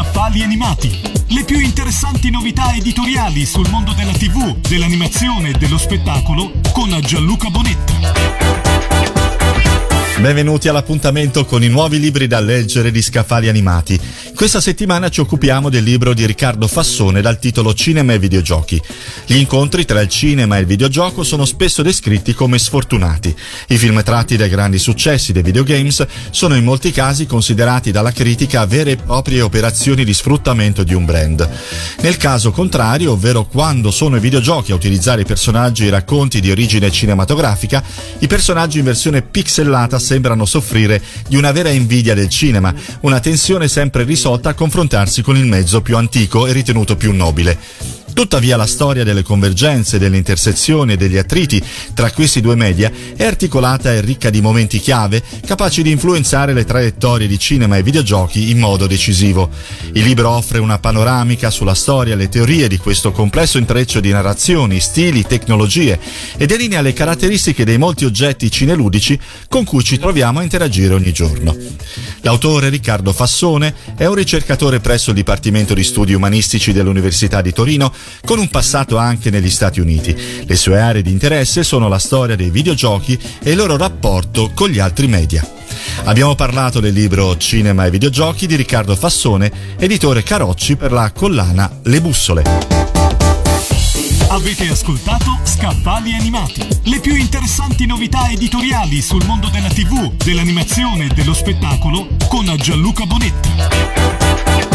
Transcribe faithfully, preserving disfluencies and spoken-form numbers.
Scaffali Animati. Le più interessanti novità editoriali sul mondo della tivù, dell'animazione e dello spettacolo con Gianluca Bonetta. Benvenuti all'appuntamento con i nuovi libri da leggere di Scaffali Animati. Questa settimana ci occupiamo del libro di Riccardo Fassone dal titolo Cinema e videogiochi. Gli incontri tra il cinema e il videogioco sono spesso descritti come sfortunati. I film tratti dai grandi successi dei videogames sono in molti casi considerati dalla critica vere e proprie operazioni di sfruttamento di un brand. Nel caso contrario, ovvero quando sono i videogiochi a utilizzare i personaggi e i racconti di origine cinematografica, i personaggi in versione pixelata sembrano soffrire di una vera invidia del cinema, una tensione sempre risolta a confrontarsi con il mezzo più antico e ritenuto più nobile. Tuttavia la storia delle convergenze, delle intersezioni e degli attriti tra questi due media è articolata e ricca di momenti chiave capaci di influenzare le traiettorie di cinema e videogiochi in modo decisivo. Il libro offre una panoramica sulla storia e le teorie di questo complesso intreccio di narrazioni, stili, tecnologie e delinea le caratteristiche dei molti oggetti cineludici con cui ci troviamo a interagire ogni giorno. L'autore Riccardo Fassone è un ricercatore presso il Dipartimento di Studi Umanistici dell'Università di Torino, con un passato anche negli Stati Uniti. Le sue aree di interesse sono la storia dei videogiochi e il loro rapporto con gli altri media. Abbiamo parlato del libro Cinema e videogiochi di Riccardo Fassone, editore Carocci per la collana Le Bussole. Avete ascoltato Scaffali Animati, le più interessanti novità editoriali sul mondo della tivù, dell'animazione e dello spettacolo con Gianluca Bonetta.